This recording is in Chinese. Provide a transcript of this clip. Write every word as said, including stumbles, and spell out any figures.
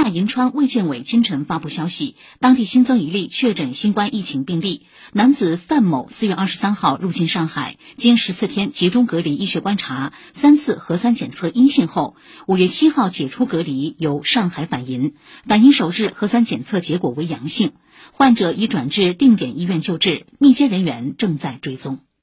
亚银川卫健委今晨发布消息，当地新增一例确诊新冠疫情病例，男子范某四月二十三号入境上海，经十四天集中隔离医学观察，三次核酸检测阴性后，五月七号解除隔离，由上海返银，返银首日核酸检测结果为阳性，患者已转至定点医院救治，密接人员正在追踪。